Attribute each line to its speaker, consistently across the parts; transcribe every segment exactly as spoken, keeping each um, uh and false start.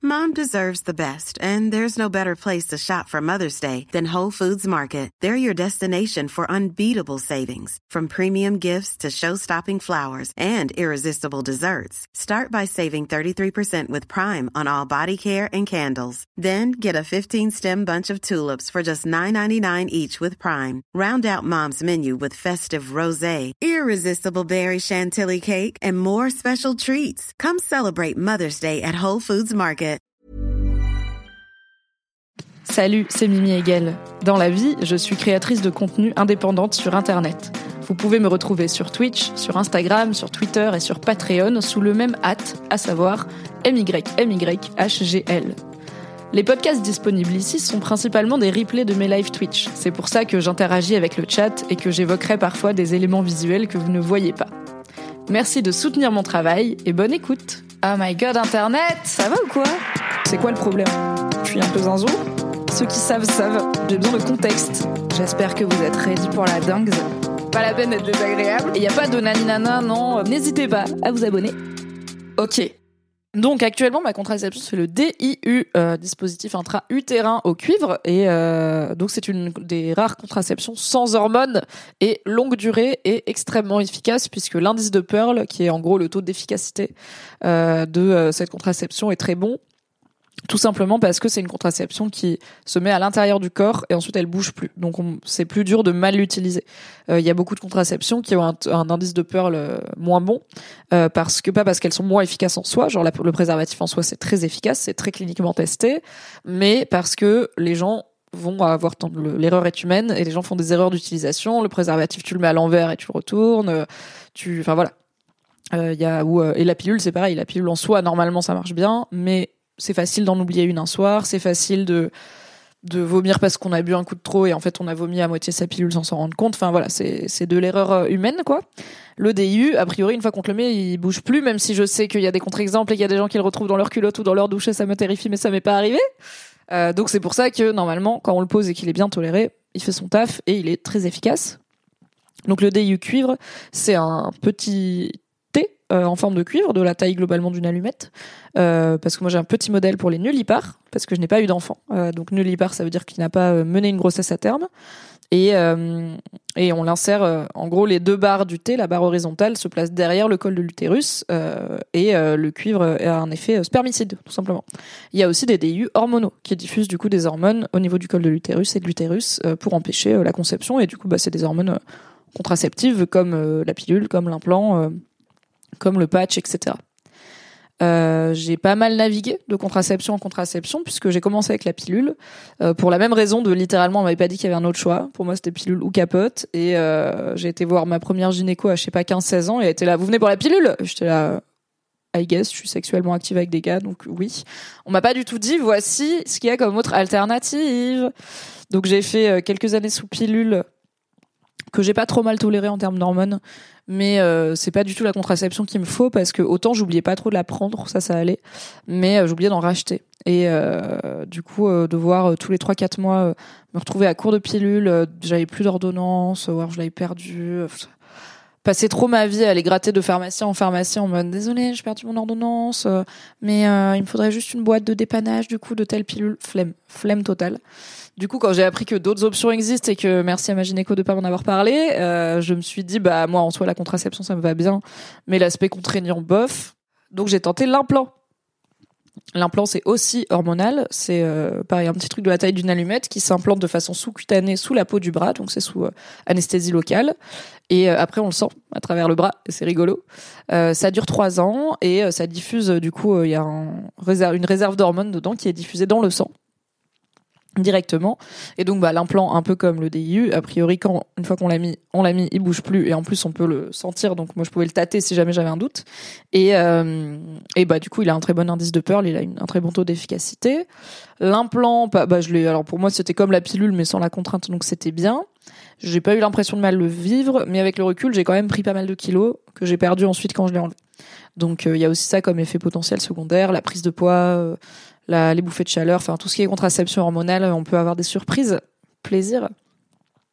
Speaker 1: Mom deserves the best, and there's no better place to shop for Mother's Day than Whole Foods Market. They're your destination for unbeatable savings, from premium gifts to show-stopping flowers and irresistible desserts. Start by saving thirty-three percent with Prime on all body care and candles. Then get a fifteen-stem bunch of tulips for just nine ninety-nine each with Prime. Round out Mom's menu with festive rosé, irresistible berry chantilly cake, and more special treats. Come celebrate Mother's Day at Whole Foods Market.
Speaker 2: Salut, c'est Mimi Hegel. Dans la vie, je suis créatrice de contenu indépendante sur Internet. Vous pouvez me retrouver sur Twitch, sur Instagram, sur Twitter et sur Patreon sous le même hâte, à savoir M Y M Y H G L. Les podcasts disponibles ici sont principalement des replays de mes live Twitch. C'est pour ça que j'interagis avec le chat et que j'évoquerai parfois des éléments visuels que vous ne voyez pas. Merci de soutenir mon travail et bonne écoute. Oh my god, Internet, ça va ou quoi ? C'est quoi le problème ? Je suis un peu zinzou ? Ceux qui savent, savent. J'ai besoin de contexte. J'espère que vous êtes ready pour la dingue. Pas la peine d'être désagréable. Et y a pas de naninana, non. N'hésitez pas à vous abonner. Ok. Donc actuellement, ma contraception, c'est le D I U, euh, dispositif intra-utérin au cuivre. Et euh, donc c'est une des rares contraceptions sans hormones et longue durée et extrêmement efficace, puisque l'indice de Pearl, qui est en gros le taux d'efficacité euh, de euh, cette contraception, est très bon. Tout simplement parce que c'est une contraception qui se met à l'intérieur du corps et ensuite elle bouge plus. Donc on, c'est plus dur de mal l'utiliser. Il euh, y a beaucoup de contraceptions qui ont un, un indice de Pearl euh, moins bon, euh, parce que pas parce qu'elles sont moins efficaces en soi, genre la, le préservatif en soi c'est très efficace, c'est très cliniquement testé, mais parce que les gens vont avoir tant, le, l'erreur est humaine et les gens font des erreurs d'utilisation. Le préservatif tu le mets à l'envers et tu le retournes, tu, enfin voilà. Euh, y a où euh, et la pilule c'est pareil, la pilule en soi normalement ça marche bien, mais c'est facile d'en oublier une un soir, c'est facile de de vomir parce qu'on a bu un coup de trop et en fait on a vomi à moitié sa pilule sans s'en rendre compte. Enfin voilà, c'est c'est de l'erreur humaine quoi. Le D I U, a priori une fois qu'on te le met, il bouge plus, même si je sais qu'il y a des contre-exemples et qu'il y a des gens qui le retrouvent dans leur culotte ou dans leur douche et ça me terrifie, mais ça m'est pas arrivé. Euh, donc c'est pour ça que normalement quand on le pose et qu'il est bien toléré, il fait son taf et il est très efficace. Donc le D I U cuivre, c'est un petit Euh, en forme de cuivre, de la taille globalement d'une allumette, euh, parce que moi j'ai un petit modèle pour les nullipares, parce que je n'ai pas eu d'enfant. Euh, donc nullipare, ça veut dire qu'il n'a pas euh, mené une grossesse à terme. Et, euh, et on l'insère, euh, en gros, les deux barres du T, la barre horizontale, se place derrière le col de l'utérus, euh, et euh, le cuivre a un effet spermicide, tout simplement. Il y a aussi des D I U hormonaux, qui diffusent du coup des hormones au niveau du col de l'utérus et de l'utérus euh, pour empêcher euh, la conception, et du coup bah, c'est des hormones euh, contraceptives comme euh, la pilule, comme l'implant, euh, comme le patch, et cetera. Euh, j'ai pas mal navigué de contraception en contraception, puisque j'ai commencé avec la pilule, euh, pour la même raison de littéralement, on m'avait pas dit qu'il y avait un autre choix. Pour moi, c'était pilule ou capote, et euh, j'ai été voir ma première gynéco à, je sais pas, quinze seize ans, et elle était là, vous venez pour la pilule? J'étais là, I guess, je suis sexuellement active avec des gars, donc oui. On m'a pas du tout dit, voici ce qu'il y a comme autre alternative. Donc j'ai fait euh, quelques années sous pilule, que j'ai pas trop mal toléré en termes d'hormones, mais euh, c'est pas du tout la contraception qu'il me faut, parce que autant j'oubliais pas trop de la prendre, ça ça allait, mais euh, j'oubliais d'en racheter, et euh, du coup euh, devoir euh, tous les trois quatre mois euh, me retrouver à court de pilules, euh, j'avais plus d'ordonnance, ou alors je l'avais perdu, euh, passer trop ma vie à aller gratter de pharmacie en pharmacie en mode désolé j'ai perdu mon ordonnance, euh, mais euh, il me faudrait juste une boîte de dépannage du coup de telle pilule, flemme flemme totale. Du coup, quand j'ai appris que d'autres options existent et que merci à ma gynéco de pas m'en avoir parlé, euh, je me suis dit, bah, moi, en soi, la contraception, ça me va bien, mais l'aspect contraignant, bof. Donc, j'ai tenté l'implant. L'implant, c'est aussi hormonal. C'est, euh, pareil, un petit truc de la taille d'une allumette qui s'implante de façon sous-cutanée sous la peau du bras, donc c'est sous euh, anesthésie locale. Et euh, après, on le sent à travers le bras, et c'est rigolo. Euh, ça dure trois ans, et euh, ça diffuse, du coup, il euh, y a un réserve, une réserve d'hormones dedans qui est diffusée dans le sang directement, et donc bah l'implant, un peu comme le D I U, a priori quand une fois qu'on l'a mis on l'a mis il bouge plus, et en plus on peut le sentir, donc moi je pouvais le tâter si jamais j'avais un doute, et euh, et bah du coup il a un très bon indice de Pearl, il a une, un très bon taux d'efficacité. L'implant, bah, bah je l'ai, alors pour moi c'était comme la pilule mais sans la contrainte, donc c'était bien. J'ai pas eu l'impression de mal le vivre, mais avec le recul j'ai quand même pris pas mal de kilos que j'ai perdu ensuite quand je l'ai enlevé. Donc il euh, y a aussi ça comme effet potentiel secondaire, la prise de poids, euh, La, les bouffées de chaleur, enfin tout ce qui est contraception hormonale, on peut avoir des surprises, plaisir.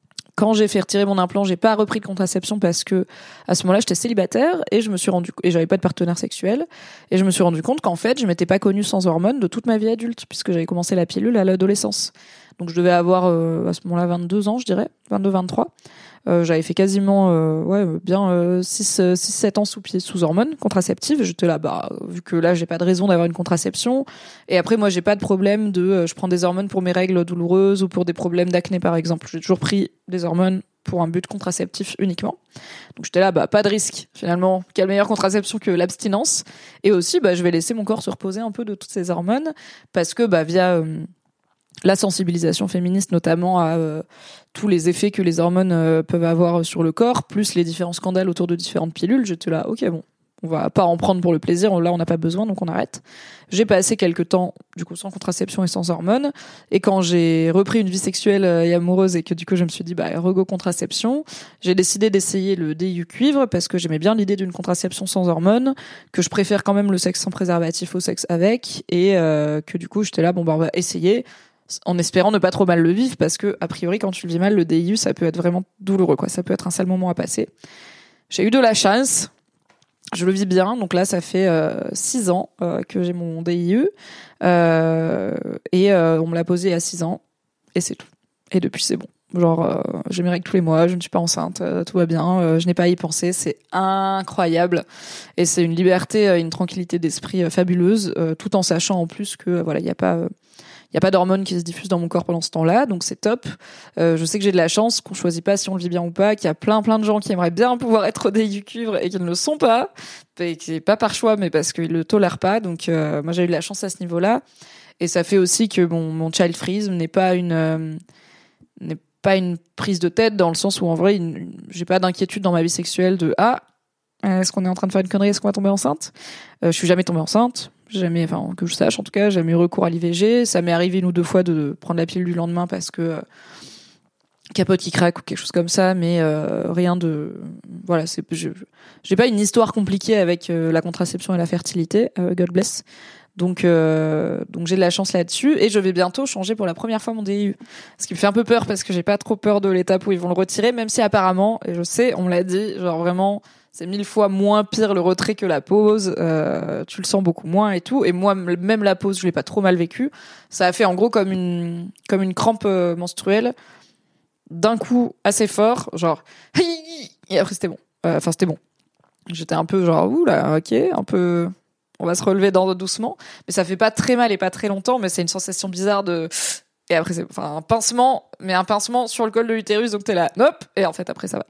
Speaker 2: quand j'ai fait retirer mon implant, j'ai pas repris de contraception parce que à ce moment-là, j'étais célibataire et je me suis rendu et j'avais pas de partenaire sexuel et je me suis rendu compte qu'en fait, je m'étais pas connue sans hormones de toute ma vie adulte puisque j'avais commencé la pilule à l'adolescence. Donc je devais avoir euh, à ce moment-là vingt-deux ans, je dirais, vingt-deux vingt-trois. Euh, j'avais fait quasiment euh, ouais bien euh, six sept ans sous pied sous hormones contraceptives. J'étais là bah vu que là j'ai pas de raison d'avoir une contraception et après moi j'ai pas de problème de euh, je prends des hormones pour mes règles douloureuses ou pour des problèmes d'acné par exemple. J'ai toujours pris des hormones pour un but contraceptif uniquement. Donc j'étais là bah pas de risque finalement, quelle meilleure contraception que l'abstinence et aussi bah je vais laisser mon corps se reposer un peu de toutes ces hormones parce que bah via euh, la sensibilisation féministe notamment à euh, tous les effets que les hormones euh, peuvent avoir sur le corps, plus les différents scandales autour de différentes pilules, j'étais là, ok bon, on va pas en prendre pour le plaisir, là on n'a pas besoin donc on arrête. J'ai passé quelques temps du coup sans contraception et sans hormones, et quand j'ai repris une vie sexuelle et amoureuse et que du coup je me suis dit bah rego contraception, j'ai décidé d'essayer le D I U cuivre parce que j'aimais bien l'idée d'une contraception sans hormones, que je préfère quand même le sexe sans préservatif au sexe avec, et euh, que du coup j'étais là bon bah on va essayer en espérant ne pas trop mal le vivre parce que a priori quand tu le vis mal le D I U ça peut être vraiment douloureux quoi, ça peut être un sale moment à passer. J'ai eu de la chance, je le vis bien, donc là ça fait euh, six ans euh, que j'ai mon D I U euh, et euh, on me l'a posé à six ans et c'est tout. Et depuis c'est bon. Genre euh, j'ai mes règles tous les mois, je ne suis pas enceinte, euh, tout va bien, euh, je n'ai pas à y penser, c'est incroyable et c'est une liberté, euh, une tranquillité d'esprit euh, fabuleuse, euh, tout en sachant en plus que euh, voilà il y a pas euh, il y a pas d'hormones qui se diffusent dans mon corps pendant ce temps-là, donc c'est top. Euh, je sais que j'ai de la chance, qu'on choisit pas si on le vit bien ou pas, qu'il y a plein plein de gens qui aimeraient bien pouvoir être au D I U cuivre et qui ne le sont pas, et qui est pas par choix, mais parce qu'ils le tolèrent pas. Donc euh, moi j'ai eu de la chance à ce niveau-là, et ça fait aussi que mon mon child freeze n'est pas une euh, n'est pas une prise de tête dans le sens où en vrai une, une, j'ai pas d'inquiétude dans ma vie sexuelle de ah est-ce qu'on est en train de faire une connerie, est-ce qu'on va tomber enceinte. Euh, je suis jamais tombée enceinte. Jamais, enfin que je sache en tout cas, j'ai jamais eu recours à l'I V G. Ça m'est arrivé une ou deux fois de prendre la pilule du lendemain parce que euh, capote qui craque ou quelque chose comme ça, mais euh, rien de voilà. C'est je, j'ai pas une histoire compliquée avec euh, la contraception et la fertilité. Euh, God bless. Donc euh, donc j'ai de la chance là-dessus et je vais bientôt changer pour la première fois mon D I U. Ce qui me fait un peu peur parce que j'ai pas trop peur de l'étape où ils vont le retirer, même si apparemment, et je sais, on me l'a dit, genre vraiment. C'est mille fois moins pire le retrait que la pause. Euh, tu le sens beaucoup moins et tout. Et moi, même la pause, je l'ai pas trop mal vécu. Ça a fait en gros comme une comme une crampe euh, menstruelle d'un coup assez fort, genre et après c'était bon. Enfin euh, c'était bon. J'étais un peu genre ouh là, ok, un peu. On va se relever dans doucement, mais ça fait pas très mal et pas très longtemps. Mais c'est une sensation bizarre de. Et après, c'est enfin un pincement, mais un pincement sur le col de l'utérus, donc t'es là, hop, et en fait après ça va.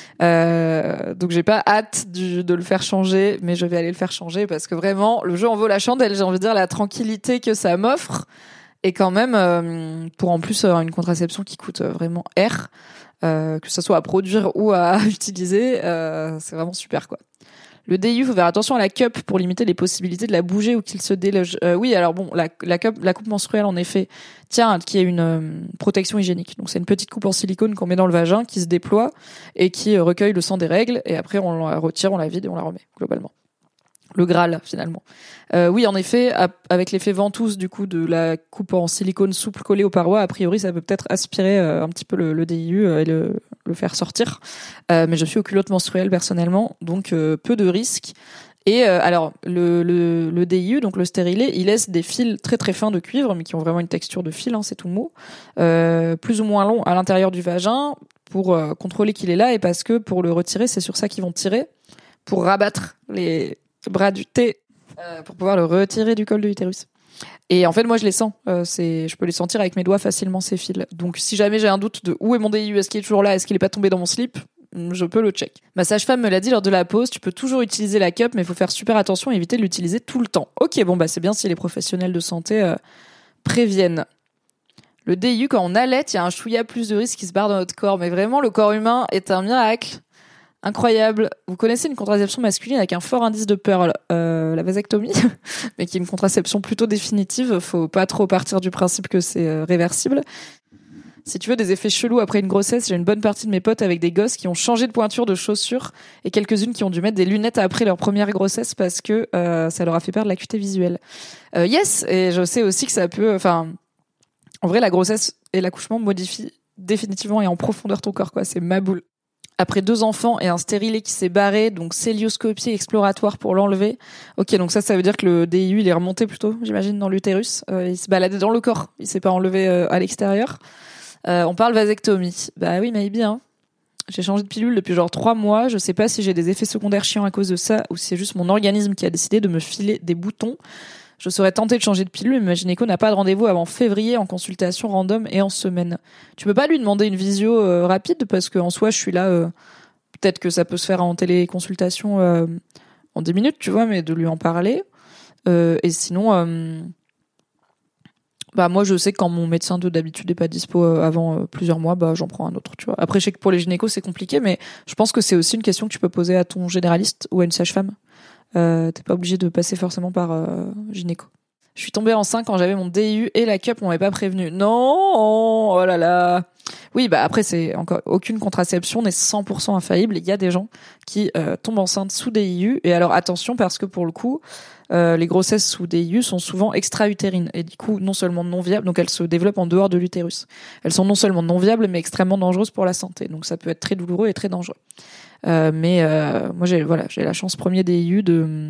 Speaker 2: Euh, donc j'ai pas hâte du, de le faire changer, mais je vais aller le faire changer parce que vraiment le jeu en vaut la chandelle. J'ai envie de dire la tranquillité que ça m'offre, et quand même euh, pour en plus avoir une contraception qui coûte vraiment R, euh, que ce soit à produire ou à utiliser, euh, c'est vraiment super quoi. Le D I U, faut faire attention à la cup pour limiter les possibilités de la bouger ou qu'il se déloge. Euh, oui, alors bon, la, la cup, la coupe menstruelle, en effet, tient, qui est une euh, protection hygiénique. Donc c'est une petite coupe en silicone qu'on met dans le vagin, qui se déploie et qui euh, recueille le sang des règles. Et après, on la retire, on la vide et on la remet, globalement. Le Graal, finalement. Euh, oui, en effet, avec l'effet ventouse, du coup, de la coupe en silicone souple collée aux parois, a priori, ça peut peut-être aspirer euh, un petit peu le, le D I U euh, et le, le faire sortir. Euh, mais je suis aux culottes menstruelles, personnellement, donc euh, peu de risques. Et euh, alors, le, le, le D I U, donc le stérilet, il laisse des fils très très fins de cuivre, mais qui ont vraiment une texture de fil, hein, c'est tout mou, euh, plus ou moins long à l'intérieur du vagin, pour euh, contrôler qu'il est là, et parce que pour le retirer, c'est sur ça qu'ils vont tirer, pour rabattre les bras du thé euh, pour pouvoir le retirer du col de l'utérus. Et en fait, moi, je les sens. Euh, c'est, je peux les sentir avec mes doigts facilement, ces fils. Donc, si jamais j'ai un doute de où est mon D I U, est-ce qu'il est toujours là, est-ce qu'il est pas tombé dans mon slip, je peux le check. Ma sage-femme me l'a dit lors de la pause, tu peux toujours utiliser la cup, mais il faut faire super attention et éviter de l'utiliser tout le temps. Ok, bon, bah c'est bien si les professionnels de santé euh, préviennent. Le D I U, quand on allait, il y a un chouïa plus de risques qui se barre dans notre corps. Mais vraiment, le corps humain est un miracle. Incroyable. Vous connaissez une contraception masculine avec un fort indice de Pearl, euh, la vasectomie, mais qui est une contraception plutôt définitive. Faut pas trop partir du principe que c'est euh, réversible. Si tu veux des effets chelous après une grossesse, j'ai une bonne partie de mes potes avec des gosses qui ont changé de pointure de chaussures et quelques-unes qui ont dû mettre des lunettes après leur première grossesse parce que euh, ça leur a fait perdre l'acuité visuelle. Euh, yes, et je sais aussi que ça peut... Enfin, en vrai, la grossesse et l'accouchement modifient définitivement et en profondeur ton corps, quoi. C'est ma boule. Après deux enfants et un stérilet qui s'est barré, donc célioscopie exploratoire pour l'enlever. Ok, donc ça, ça veut dire que le D I U, il est remonté plutôt, j'imagine, dans l'utérus. Euh, il se baladait dans le corps, il s'est pas enlevé euh, à l'extérieur. Euh, on parle vasectomie. Bah oui, maybe, hein. J'ai changé de pilule depuis genre trois mois. Je sais pas si j'ai des effets secondaires chiants à cause de ça ou si c'est juste mon organisme qui a décidé de me filer des boutons. Je serais tentée de changer de pilule, mais ma gynéco n'a pas de rendez-vous avant février en consultation random et en semaine. Tu peux pas lui demander une visio euh, rapide parce qu'en soi, je suis là. Euh, peut-être que ça peut se faire en téléconsultation euh, en dix minutes, tu vois, mais de lui en parler. Euh, et sinon, euh, bah moi, je sais que quand mon médecin de d'habitude n'est pas dispo euh, avant euh, plusieurs mois, bah j'en prends un autre, tu vois. Après, je sais que pour les gynécos, c'est compliqué, mais je pense que c'est aussi une question que tu peux poser à ton généraliste ou à une sage-femme. Euh, t'es pas obligé de passer forcément par euh, gynéco. Je suis tombée enceinte quand j'avais mon D I U et la cup, on m'avait pas prévenu. Non, oh là là. Oui, bah après c'est encore aucune contraception n'est cent pour cent infaillible. Il y a des gens qui euh, tombent enceintes sous D I U et alors attention parce que pour le coup, euh, les grossesses sous D I U sont souvent extra-utérines et du coup non seulement non viables, donc elles se développent en dehors de l'utérus. Elles sont non seulement non viables mais extrêmement dangereuses pour la santé. Donc ça peut être très douloureux et très dangereux. Euh, mais euh, moi j'ai voilà j'ai la chance premier D I U de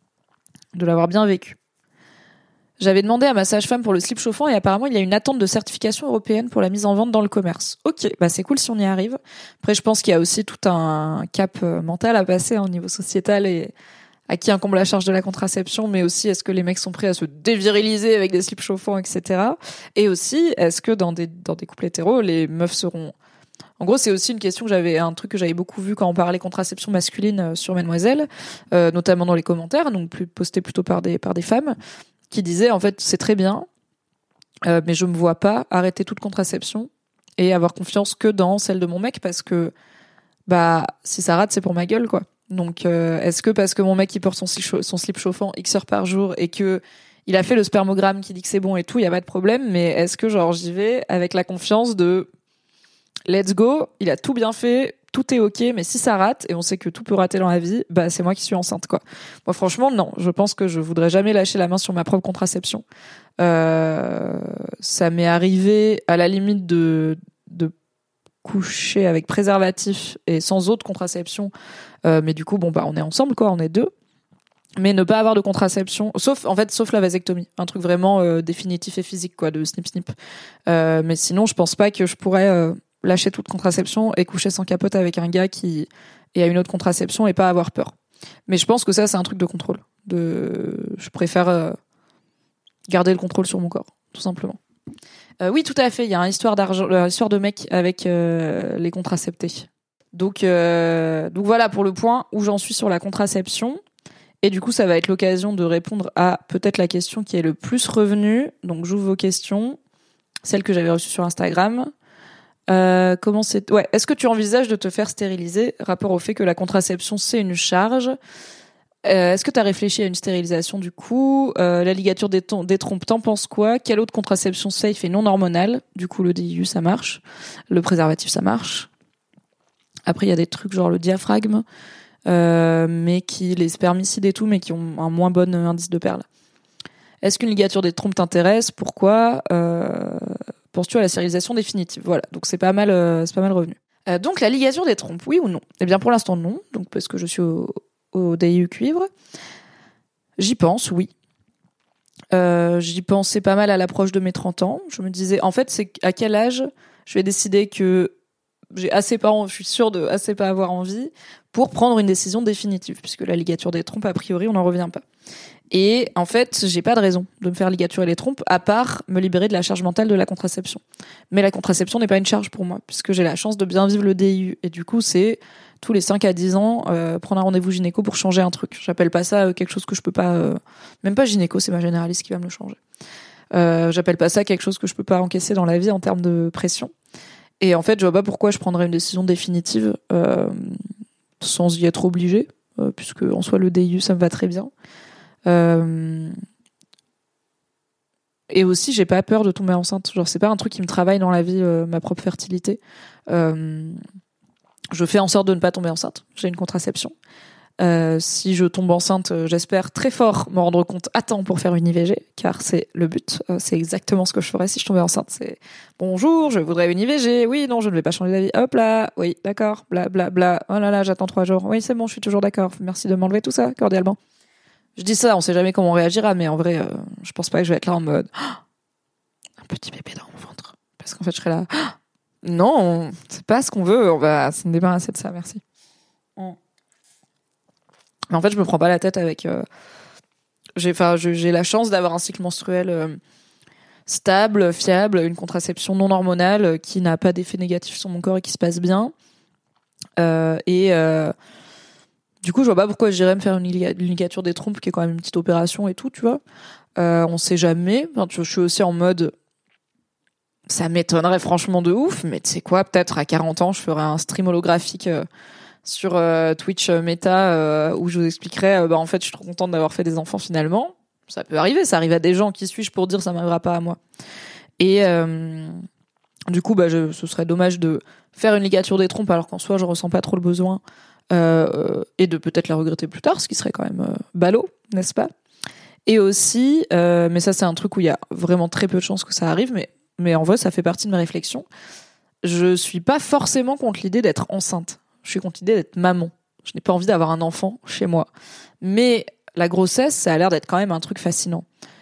Speaker 2: de l'avoir bien vécu. J'avais demandé à ma sage-femme pour le slip chauffant et apparemment il y a une attente de certification européenne pour la mise en vente dans le commerce. Ok, bah c'est cool si on y arrive. Après je pense qu'il y a aussi tout un cap mental à passer hein, au niveau sociétal et à qui incombe la charge de la contraception, mais aussi est-ce que les mecs sont prêts à se déviriliser avec des slips chauffants, et cetera. Et aussi est-ce que dans des dans des couples hétéros les meufs seront En gros, c'est aussi une question que j'avais, un truc que j'avais beaucoup vu quand on parlait contraception masculine sur Mademoiselle, euh, notamment dans les commentaires, donc plus posté plutôt par des par des femmes, qui disaient en fait c'est très bien, euh, mais je me vois pas arrêter toute contraception et avoir confiance que dans celle de mon mec parce que bah si ça rate c'est pour ma gueule quoi. Donc euh, est-ce que parce que mon mec il porte son slip, son slip chauffant X heures par jour et que il a fait le spermogramme qui dit que c'est bon et tout, il y a pas de problème, mais est-ce que genre j'y vais avec la confiance de let's go, il a tout bien fait, tout est ok, mais si ça rate, et on sait que tout peut rater dans la vie, bah c'est moi qui suis enceinte, quoi. Moi, franchement, non. Je pense que je voudrais jamais lâcher la main sur ma propre contraception. Euh, ça m'est arrivé, à la limite, de, de coucher avec préservatif et sans autre contraception. Euh, mais du coup, bon, bah, on est ensemble, quoi, on est deux. Mais ne pas avoir de contraception, sauf, en fait, sauf la vasectomie. Un truc vraiment euh, définitif et physique, quoi, de snip-snip. Euh, mais sinon, je pense pas que je pourrais... Euh, lâcher toute contraception et coucher sans capote avec un gars qui est à une autre contraception et pas avoir peur. Mais je pense que ça, c'est un truc de contrôle. De... Je préfère euh, garder le contrôle sur mon corps, tout simplement. Euh, oui, tout à fait. Il y a une histoire d'argent, une histoire de mec avec euh, les contraceptés. Donc, euh, donc voilà pour le point où j'en suis sur la contraception. Et du coup, ça va être l'occasion de répondre à peut-être la question qui est le plus revenue. Donc, j'ouvre vos questions. Celle que j'avais reçue sur Instagram. Euh, comment c'est ouais est-ce que tu envisages de te faire stériliser rapport au fait que la contraception c'est une charge euh, est-ce que tu as réfléchi à une stérilisation du coup euh, la ligature des, ton- des trompes t'en penses quoi quelle autre contraception safe et non hormonale du coup le D I U ça marche le préservatif ça marche après il y a des trucs genre le diaphragme euh, mais qui les spermicides et tout mais qui ont un moins bon indice de perle. Est-ce qu'une ligature des trompes t'intéresse? Pourquoi euh, penses-tu à la stérilisation définitive? Voilà, donc c'est pas mal, euh, c'est pas mal revenu. Euh, donc la ligature des trompes, oui ou non? Eh bien pour l'instant non, donc parce que je suis au, au D I U cuivre. J'y pense, oui. Euh, j'y pensais pas mal à l'approche de mes trente ans. Je me disais, en fait, c'est à quel âge je vais décider que j'ai assez pas, je suis sûre de assez pas avoir envie pour prendre une décision définitive, puisque la ligature des trompes, a priori, on n'en revient pas. Et en fait, j'ai pas de raison de me faire ligaturer les trompes, à part me libérer de la charge mentale de la contraception. Mais la contraception n'est pas une charge pour moi, puisque j'ai la chance de bien vivre le D I U. Et du coup, c'est tous les cinq à dix ans, euh, prendre un rendez-vous gynéco pour changer un truc. J'appelle pas ça euh, quelque chose que je peux pas... Euh... Même pas gynéco, c'est ma généraliste qui va me le changer. Euh, j'appelle pas ça quelque chose que je peux pas encaisser dans la vie en termes de pression. Et en fait, je vois pas pourquoi je prendrais une décision définitive euh, sans y être obligée, euh, puisque en soi, le D I U, ça me va très bien. Euh... Et aussi, j'ai pas peur de tomber enceinte. Genre, c'est pas un truc qui me travaille dans la vie, euh, ma propre fertilité. Euh... Je fais en sorte de ne pas tomber enceinte. J'ai une contraception. Euh, si je tombe enceinte, euh, j'espère très fort me rendre compte à temps pour faire une I V G, car c'est le but. Euh, c'est exactement ce que je ferais si je tombais enceinte. C'est bonjour, je voudrais une I V G. Oui, non, je ne vais pas changer d'avis. Hop là, oui, d'accord, bla bla bla. Oh là là, j'attends trois jours. Oui, c'est bon, je suis toujours d'accord. Merci de m'enlever tout ça, cordialement. Je dis ça, on sait jamais comment on réagira, mais en vrai, euh, je pense pas que je vais être là en mode oh, un petit bébé dans mon ventre, parce qu'en fait, je serais là. Oh, non, c'est pas ce qu'on veut. On va se débarrasser de ça, merci. Mm. Mais en fait, je me prends pas la tête avec. Euh, j'ai, enfin, j'ai la chance d'avoir un cycle menstruel euh, stable, fiable, une contraception non hormonale euh, qui n'a pas d'effet négatif sur mon corps et qui se passe bien. Euh, et euh, du coup, je vois pas pourquoi j'irais me faire une, liga- une ligature des trompes, qui est quand même une petite opération et tout, tu vois. Euh, on sait jamais. Enfin, tu vois, je suis aussi en mode. Ça m'étonnerait franchement de ouf, mais tu sais quoi, peut-être à quarante ans, je ferai un stream holographique. Euh, sur euh, Twitch euh, Meta euh, où je vous expliquerai euh, bah en fait je suis trop contente d'avoir fait des enfants finalement. Ça peut arriver, ça arrive à des gens. Qui suis-je pour dire ça m'arrivera pas à moi? Et euh, du coup bah je, ce serait dommage de faire une ligature des trompes alors qu'en soi je ressens pas trop le besoin euh, et de peut-être la regretter plus tard, ce qui serait quand même euh, ballot, n'est-ce pas? Et aussi euh, mais ça c'est un truc où il y a vraiment très peu de chances que ça arrive, mais mais en vrai ça fait partie de mes réflexions. Je suis pas forcément contre l'idée d'être enceinte. Je suis contre l'idée d'être maman. Je n'ai pas envie d'avoir un enfant chez moi. Mais la grossesse, ça a l'air d'être quand même un truc fascinant.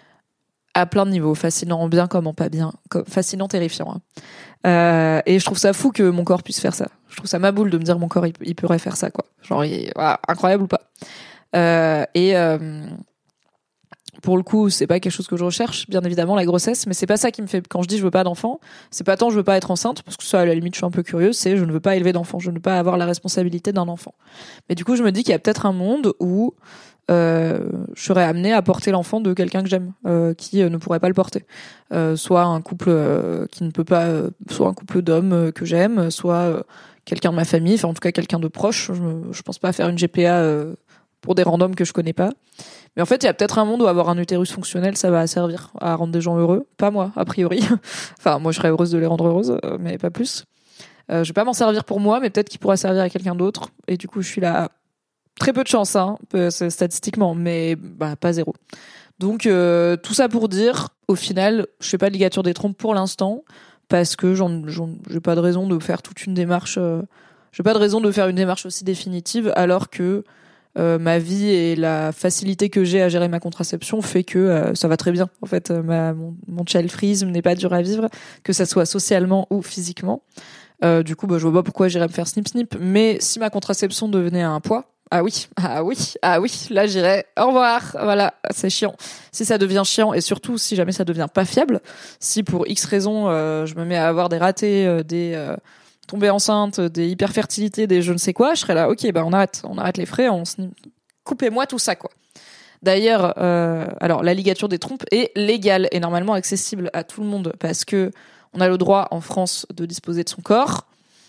Speaker 2: À plein de niveaux. Fascinant en bien comme en pas bien. Comme, fascinant, terrifiant. Hein. Euh, et je trouve ça fou que mon corps puisse faire ça. Je trouve ça ma boule de me dire mon corps, il, il pourrait faire ça, quoi. Genre, il, voilà, incroyable ou pas. Euh, et euh, pour le coup, c'est pas quelque chose que je recherche, bien évidemment, la grossesse, mais c'est pas ça qui me fait, quand je dis je veux pas d'enfant, c'est pas tant je veux pas être enceinte, parce que ça, à la limite, je suis un peu curieuse, c'est je ne veux pas élever d'enfant, je ne veux pas avoir la responsabilité d'un enfant. Mais du coup, je me dis qu'il y a peut-être un monde où euh, je serais amenée à porter l'enfant de quelqu'un que j'aime, euh, qui euh, ne pourrait pas le porter. Euh, soit un couple euh, qui ne peut pas, euh, soit un couple d'hommes euh, que j'aime, soit euh, quelqu'un de ma famille, enfin en tout cas quelqu'un de proche. Je, je pense pas faire une G P A euh, pour des randoms que je connais pas. Mais en fait, il y a peut-être un monde où avoir un utérus fonctionnel, ça va servir à rendre des gens heureux. Pas moi, a priori. Enfin, moi, je serais heureuse de les rendre heureuses, mais pas plus. Euh, je vais pas m'en servir pour moi, mais peut-être qu'il pourra servir à quelqu'un d'autre. Et du coup, je suis là. Très peu de chance, hein, statistiquement, mais bah, pas zéro. Donc, euh, tout ça pour dire, au final, je fais pas de ligature des trompes pour l'instant, parce que j'en, j'en, j'ai pas de raison de faire toute une démarche. Euh, j'ai pas de raison de faire une démarche aussi définitive, alors que Euh, ma vie et la facilité que j'ai à gérer ma contraception fait que euh, ça va très bien. En fait, euh, ma, mon, mon child freeze n'est pas dur à vivre, que ça soit socialement ou physiquement. Euh, du coup, bah, je vois pas pourquoi j'irais me faire snip snip. Mais si ma contraception devenait un poids, ah oui, ah oui, ah oui, là j'irais au revoir. Voilà, c'est chiant. Si ça devient chiant et surtout si jamais ça devient pas fiable, si pour X raisons euh, je me mets à avoir des ratés, euh, des euh, tomber enceinte, des hyperfertilités, des je ne sais quoi, je serais là, ok, bah on arrête, on arrête les frais, on se... coupez-moi tout ça, quoi. D'ailleurs, euh, alors la ligature des trompes est légale et normalement accessible à tout le monde parce que on a le droit en France de disposer de son corps,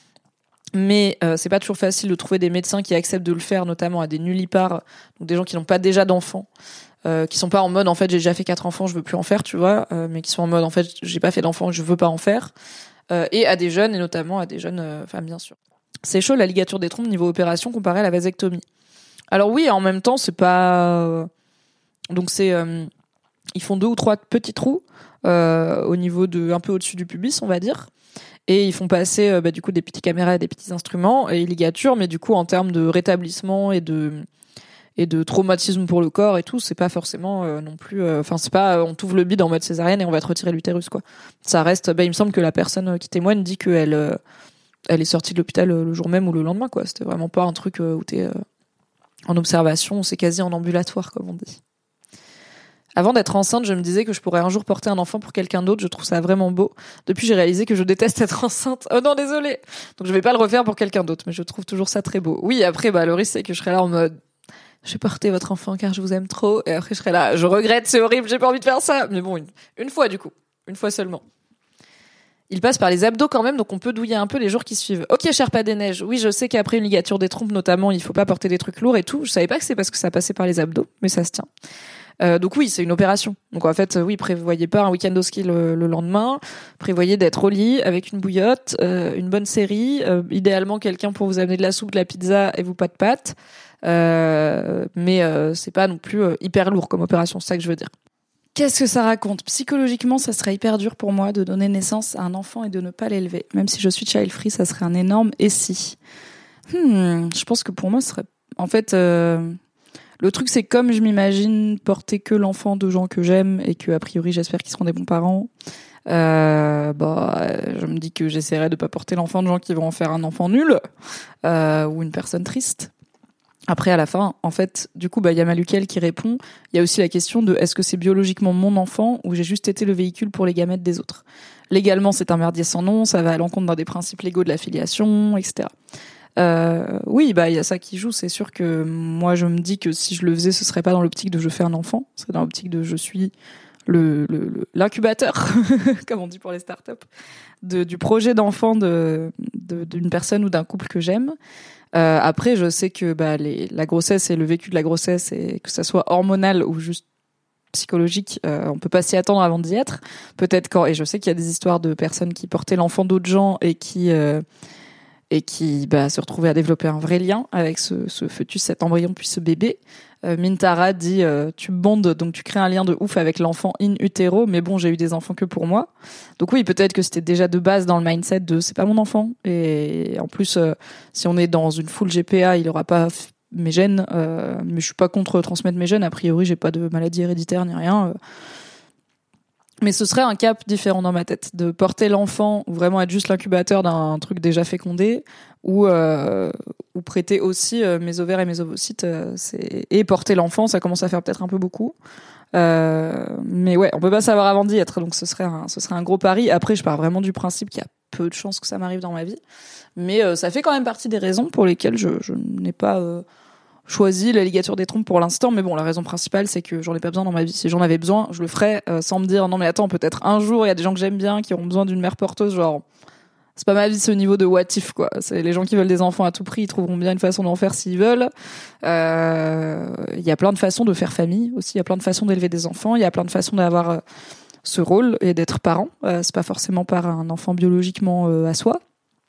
Speaker 2: mais euh, c'est pas toujours facile de trouver des médecins qui acceptent de le faire, notamment à des nullipares, donc des gens qui n'ont pas déjà d'enfants. Euh, qui sont pas en mode en fait j'ai déjà fait quatre enfants, je veux plus en faire, tu vois, euh, mais qui sont en mode en fait j'ai pas fait d'enfants, je veux pas en faire. Euh, et à des jeunes, et notamment à des jeunes euh, femmes, bien sûr. C'est chaud, la ligature des trompes niveau opération comparée à la vasectomie. Alors oui, en même temps, c'est pas... Donc c'est... Euh... Ils font deux ou trois petits trous euh, au niveau de... un peu au-dessus du pubis, on va dire. Et ils font passer euh, bah, du coup des petites caméras et des petits instruments, et ils ligaturent, mais du coup, en termes de rétablissement et de... et de traumatisme pour le corps et tout, c'est pas forcément euh, non plus enfin euh, c'est pas euh, on t'ouvre le bide en mode césarienne et on va te retirer l'utérus, quoi. Ça reste bah il me semble que la personne qui témoigne dit que elle euh, elle est sortie de l'hôpital le jour même ou le lendemain, quoi. C'était vraiment pas un truc euh, où t'es euh, en observation, c'est quasi en ambulatoire, comme on dit. Avant d'être enceinte, je me disais que je pourrais un jour porter un enfant pour quelqu'un d'autre. Je trouve ça vraiment beau. Depuis, j'ai réalisé que je déteste être enceinte. Oh non, désolé. Donc je vais pas le refaire pour quelqu'un d'autre, mais je trouve toujours ça très beau. Oui, après, bah le risque c'est que je serai là en mode je vais porter votre enfant car je vous aime trop. Et après, je serai là, je regrette, c'est horrible, j'ai pas envie de faire ça. Mais bon, une, une fois, du coup. Une fois seulement. Il passe par les abdos quand même, donc on peut douiller un peu les jours qui suivent. Ok, Sherpa des Neiges. Oui, je sais qu'après une ligature des trompes, notamment, il faut pas porter des trucs lourds et tout. Je savais pas que c'est parce que ça passait par les abdos, mais ça se tient. Euh, donc oui, c'est une opération. Donc en fait, oui, prévoyez pas un week-end au ski le, le lendemain. Prévoyez d'être au lit avec une bouillotte, euh, une bonne série, euh, idéalement quelqu'un pour vous amener de la soupe, de la pizza et vous pas de pâtes. Euh, mais euh, c'est pas non plus euh, hyper lourd comme opération, c'est ça que je veux dire. Qu'est-ce que ça raconte ? Psychologiquement, ça serait hyper dur pour moi de donner naissance à un enfant et de ne pas l'élever. Même si je suis child free, ça serait un énorme et si. Hmm, je pense que pour moi, ce serait... En fait, euh... le truc, c'est comme je m'imagine porter que l'enfant de gens que j'aime et que, a priori, j'espère qu'ils seront des bons parents. Euh, bah, je me dis que j'essaierai de pas porter l'enfant de gens qui vont en faire un enfant nul euh, ou une personne triste. Après, à la fin, en fait, du coup, bah, il y a Maluquel qui répond. Il y a aussi la question de est-ce que c'est biologiquement mon enfant ou j'ai juste été le véhicule pour les gamètes des autres. Légalement, c'est un merdier sans nom, ça va à l'encontre d'un des principes légaux de la filiation, et cetera. Euh, oui, bah, il y a ça qui joue. C'est sûr que moi, je me dis que si je le faisais, ce serait pas dans l'optique de je fais un enfant, ce serait dans l'optique de je suis le, le, le l'incubateur, comme on dit pour les startups, de, du projet d'enfant de, de, d'une personne ou d'un couple que j'aime. Euh, après, je sais que bah, les, la grossesse et le vécu de la grossesse, et que ça soit hormonal ou juste psychologique, euh, on peut pas s'y attendre avant d'y être. Peut-être quand, et je sais qu'il y a des histoires de personnes qui portaient l'enfant d'autres gens et qui euh, et qui bah, se retrouvaient à développer un vrai lien avec ce, ce fœtus, cet embryon puis ce bébé. Euh, Mintara dit euh, tu bondes donc tu crées un lien de ouf avec l'enfant in utero, mais bon j'ai eu des enfants que pour moi. Donc oui, peut-être que c'était déjà de base dans le mindset de c'est pas mon enfant, et en plus euh, si on est dans une full G P A, il aura pas f- mes gènes, euh, mais je suis pas contre transmettre mes gènes, a priori j'ai pas de maladie héréditaire ni rien. Euh. Mais ce serait un cap différent dans ma tête, de porter l'enfant ou vraiment être juste l'incubateur d'un truc déjà fécondé, ou euh, ou prêter aussi euh, mes ovaires et mes ovocytes, euh, c'est et porter l'enfant, ça commence à faire peut-être un peu beaucoup. Euh, mais ouais, on peut pas savoir avant d'y être, donc ce serait un ce serait un gros pari. Après, je pars vraiment du principe qu'il y a peu de chances que ça m'arrive dans ma vie, mais euh, ça fait quand même partie des raisons pour lesquelles je je n'ai pas euh, choisi la ligature des trompes pour l'instant, mais bon, la raison principale, c'est que j'en ai pas besoin dans ma vie. Si j'en avais besoin, je le ferais euh, sans me dire non mais attends, peut-être un jour il y a des gens que j'aime bien qui auront besoin d'une mère porteuse, genre c'est pas ma vie ce niveau de what if quoi. C'est les gens qui veulent des enfants à tout prix, ils trouveront bien une façon d'en faire s'ils veulent. Euh, il y a plein de façons de faire famille aussi, il y a plein de façons d'élever des enfants, il y a plein de façons d'avoir euh, ce rôle et d'être parent. Euh, c'est pas forcément par un enfant biologiquement euh, à soi,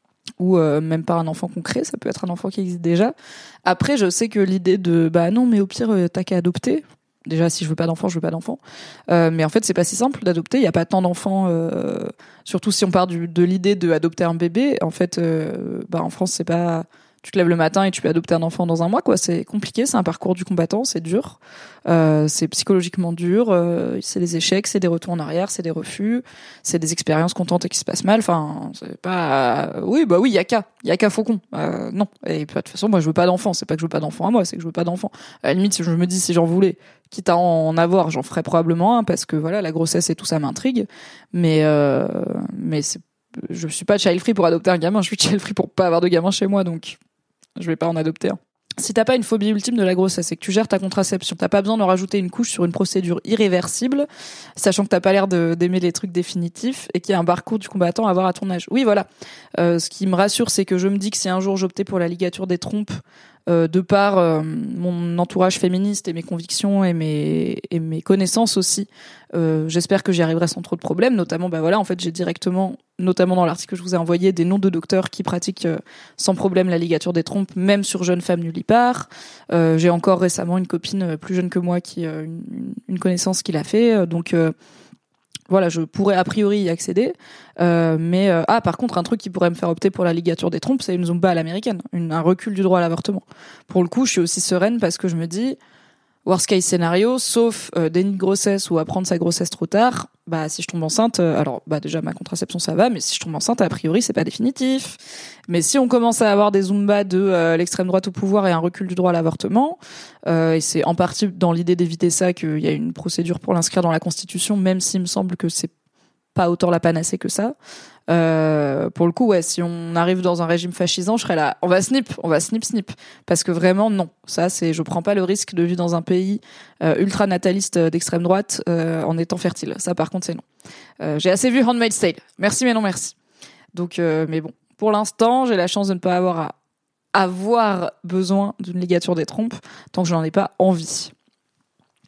Speaker 2: ou euh, même pas un enfant concret, ça peut être un enfant qui existe déjà. Après, je sais que l'idée de bah non, mais au pire euh, t'as qu'à adopter. Déjà, si je veux pas d'enfant, je veux pas d'enfant. Euh, mais en fait, c'est pas si simple d'adopter. Il y a pas tant d'enfants, euh, surtout si on part du, de l'idée de adopter un bébé. En fait, euh, bah en France, c'est pas tu te lèves le matin et tu peux adopter un enfant dans un mois, quoi. C'est compliqué, c'est un parcours du combattant, c'est dur, euh, c'est psychologiquement dur, euh, c'est des échecs, c'est des retours en arrière, c'est des refus, c'est des expériences contentes et qui se passent mal. Enfin, c'est pas. Euh, oui, bah oui, y a qu'à, y a qu'à Faucon. Euh, non. Et de toute façon, moi, je veux pas d'enfant. C'est pas que je veux pas d'enfant à moi, c'est que je veux pas d'enfant. À la limite, si je me dis si j'en voulais, quitte à en avoir, j'en ferais probablement un parce que voilà, la grossesse et tout ça m'intrigue. Mais euh, mais c'est, je suis pas child free pour adopter un gamin. Je suis child free pour pas avoir de gamin chez moi, donc. Je vais pas en adopter un. Si t'as pas une phobie ultime de la grossesse et que tu gères ta contraception, t'as pas besoin de rajouter une couche sur une procédure irréversible, sachant que t'as pas l'air de, d'aimer les trucs définitifs et qu'il y a un parcours du combattant à avoir à ton âge. Oui, voilà. Euh, ce qui me rassure, c'est que je me dis que si un jour j'optais pour la ligature des trompes, euh, de par euh, mon entourage féministe et mes convictions et mes et mes connaissances aussi, euh, j'espère que j'y arriverai sans trop de problèmes. Notamment, bah voilà, en fait, j'ai directement, notamment dans l'article que je vous ai envoyé, des noms de docteurs qui pratiquent euh, sans problème la ligature des trompes, même sur jeunes femmes nullipares. Euh, j'ai encore récemment une copine plus jeune que moi qui euh, une, une connaissance qui l'a fait, donc. Euh, Voilà, je pourrais a priori y accéder, euh, mais euh, ah par contre un truc qui pourrait me faire opter pour la ligature des trompes, c'est une zumba à l'américaine, une, un recul du droit à l'avortement. Pour le coup, je suis aussi sereine parce que je me dis worst case scénario, sauf euh, déni de grossesse ou apprendre sa grossesse trop tard, bah si je tombe enceinte, euh, alors bah déjà ma contraception ça va, mais si je tombe enceinte a priori c'est pas définitif. Mais si on commence à avoir des zumba de euh, l'extrême droite au pouvoir et un recul du droit à l'avortement, euh, et c'est en partie dans l'idée d'éviter ça qu'il y a une procédure pour l'inscrire dans la Constitution, même s'il me semble que c'est pas autant la panacée que ça. Euh, pour le coup, ouais, si on arrive dans un régime fascisant, je serais là. On va snip, on va snip, snip. Parce que vraiment, non. Ça, c'est, je prends pas le risque de vivre dans un pays euh, ultra nataliste d'extrême droite euh, en étant fertile. Ça, par contre, c'est non. Euh, j'ai assez vu Handmaid's Tale. Merci, mais non, merci. Donc, euh, mais bon, pour l'instant, j'ai la chance de ne pas avoir à avoir besoin d'une ligature des trompes tant que je n'en ai pas envie.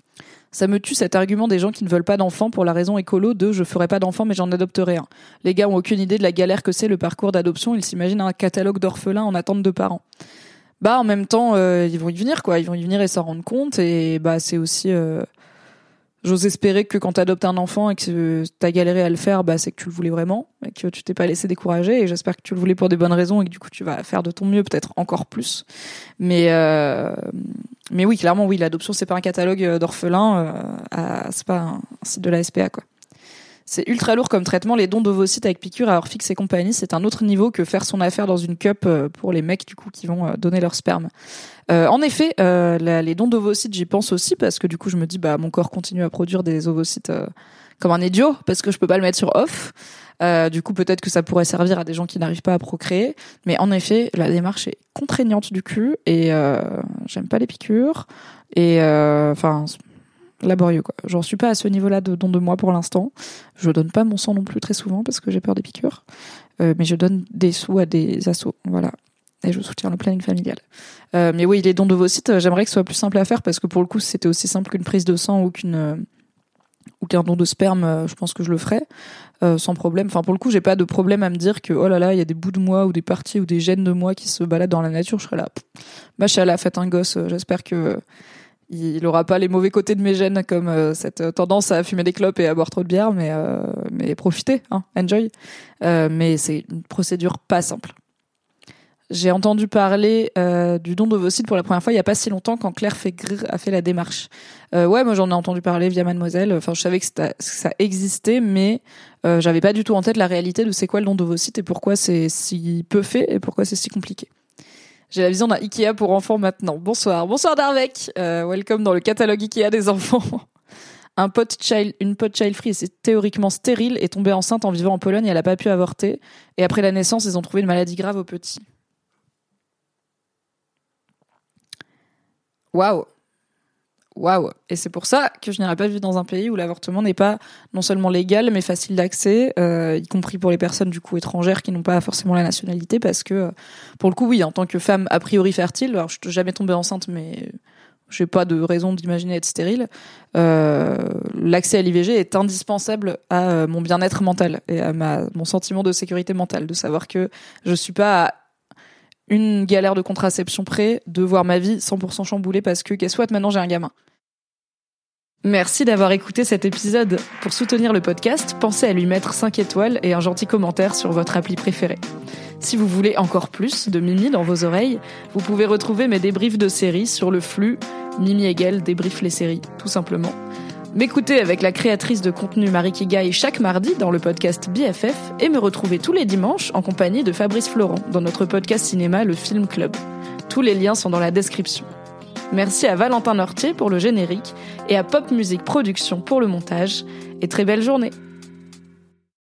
Speaker 2: Ça me tue cet argument des gens qui ne veulent pas d'enfants pour la raison écolo de « je ferai pas d'enfants mais j'en adopterai un ». Les gars ont aucune idée de la galère que c'est le parcours d'adoption, ils s'imaginent un catalogue d'orphelins en attente de parents. Bah en même temps, euh, ils vont y venir quoi, ils vont y venir et s'en rendre compte et bah c'est aussi... Euh... J'ose espérer que quand t'adoptes un enfant et que t'as galéré à le faire, bah c'est que tu le voulais vraiment et que tu t'es pas laissé décourager, et j'espère que tu le voulais pour des bonnes raisons et que du coup tu vas faire de ton mieux, peut-être encore plus. Mais euh... mais oui, clairement oui, l'adoption c'est pas un catalogue d'orphelins, euh, à... c'est pas un site de la S P A quoi. C'est ultra lourd comme traitement, les dons d'ovocytes avec piqûres à heure fixe et compagnie, c'est un autre niveau que faire son affaire dans une cup pour les mecs du coup qui vont donner leur sperme. Euh, en effet, euh, la, les dons d'ovocytes, j'y pense aussi parce que du coup je me dis bah mon corps continue à produire des ovocytes euh, comme un idiot parce que je peux pas le mettre sur off. Euh, du coup peut-être que ça pourrait servir à des gens qui n'arrivent pas à procréer, mais en effet la démarche est contraignante du cul et euh, j'aime pas les piqûres et enfin. Euh, laborieux quoi. J'en suis pas à ce niveau-là de don de moi pour l'instant. Je donne pas mon sang non plus très souvent parce que j'ai peur des piqûres. Euh, mais je donne des sous à des assos, voilà. Et je soutiens le planning familial. Euh, mais oui, les dons d'ovocytes, j'aimerais que ce soit plus simple à faire parce que pour le coup, si c'était aussi simple qu'une prise de sang ou qu'une euh, ou qu'un don de sperme, je pense que je le ferais euh, sans problème. Enfin pour le coup, j'ai pas de problème à me dire que oh là là, il y a des bouts de moi ou des parties ou des gènes de moi qui se baladent dans la nature. Je serais là, machallah, faites un gosse. J'espère que il aura pas les mauvais côtés de mes gènes comme euh, cette tendance à fumer des clopes et à boire trop de bière, mais euh, mais profitez, hein, enjoy. Euh, mais c'est une procédure pas simple. J'ai entendu parler euh, du don d'ovocytes pour la première fois il y a pas si longtemps quand Claire Fégre a fait la démarche. Euh, ouais, moi j'en ai entendu parler via Mademoiselle. Enfin, je savais que, que ça existait, mais euh, j'avais pas du tout en tête la réalité de c'est quoi le don d'ovocytes et pourquoi c'est si peu fait et pourquoi c'est si compliqué. J'ai la vision d'un Ikea pour enfants maintenant. Bonsoir, bonsoir Darvek. Euh, welcome dans le catalogue Ikea des enfants. Un pot child, une pot child free, c'est théoriquement stérile, est tombée enceinte en vivant en Pologne et elle a pas pu avorter. Et après la naissance, ils ont trouvé une maladie grave au petit. Waouh. Waouh. Et c'est pour ça que je n'irai pas vivre dans un pays où l'avortement n'est pas non seulement légal, mais facile d'accès, euh, y compris pour les personnes du coup étrangères qui n'ont pas forcément la nationalité, parce que pour le coup, oui, en tant que femme a priori fertile, alors je suis jamais tombée enceinte, mais j'ai pas de raison d'imaginer être stérile. Euh, l'accès à l'I V G est indispensable à mon bien-être mental et à ma mon sentiment de sécurité mentale, de savoir que je suis pas à une galère de contraception près de voir ma vie cent pour cent chamboulée parce que, qu'est-ce soit, maintenant j'ai un gamin. Merci d'avoir écouté cet épisode. Pour soutenir le podcast, pensez à lui mettre cinq étoiles et un gentil commentaire sur votre appli préférée. Si vous voulez encore plus de Mimi dans vos oreilles, vous pouvez retrouver mes débriefs de séries sur le flux Mimi Hegel débrief les séries, tout simplement. M'écouter avec la créatrice de contenu Marie Kigai chaque mardi dans le podcast B F F et me retrouver tous les dimanches en compagnie de Fabrice Florent dans notre podcast cinéma Le Film Club. Tous les liens sont dans la description. Merci à Valentin Nortier pour le générique et à Pop Music Production pour le montage. Et très belle journée.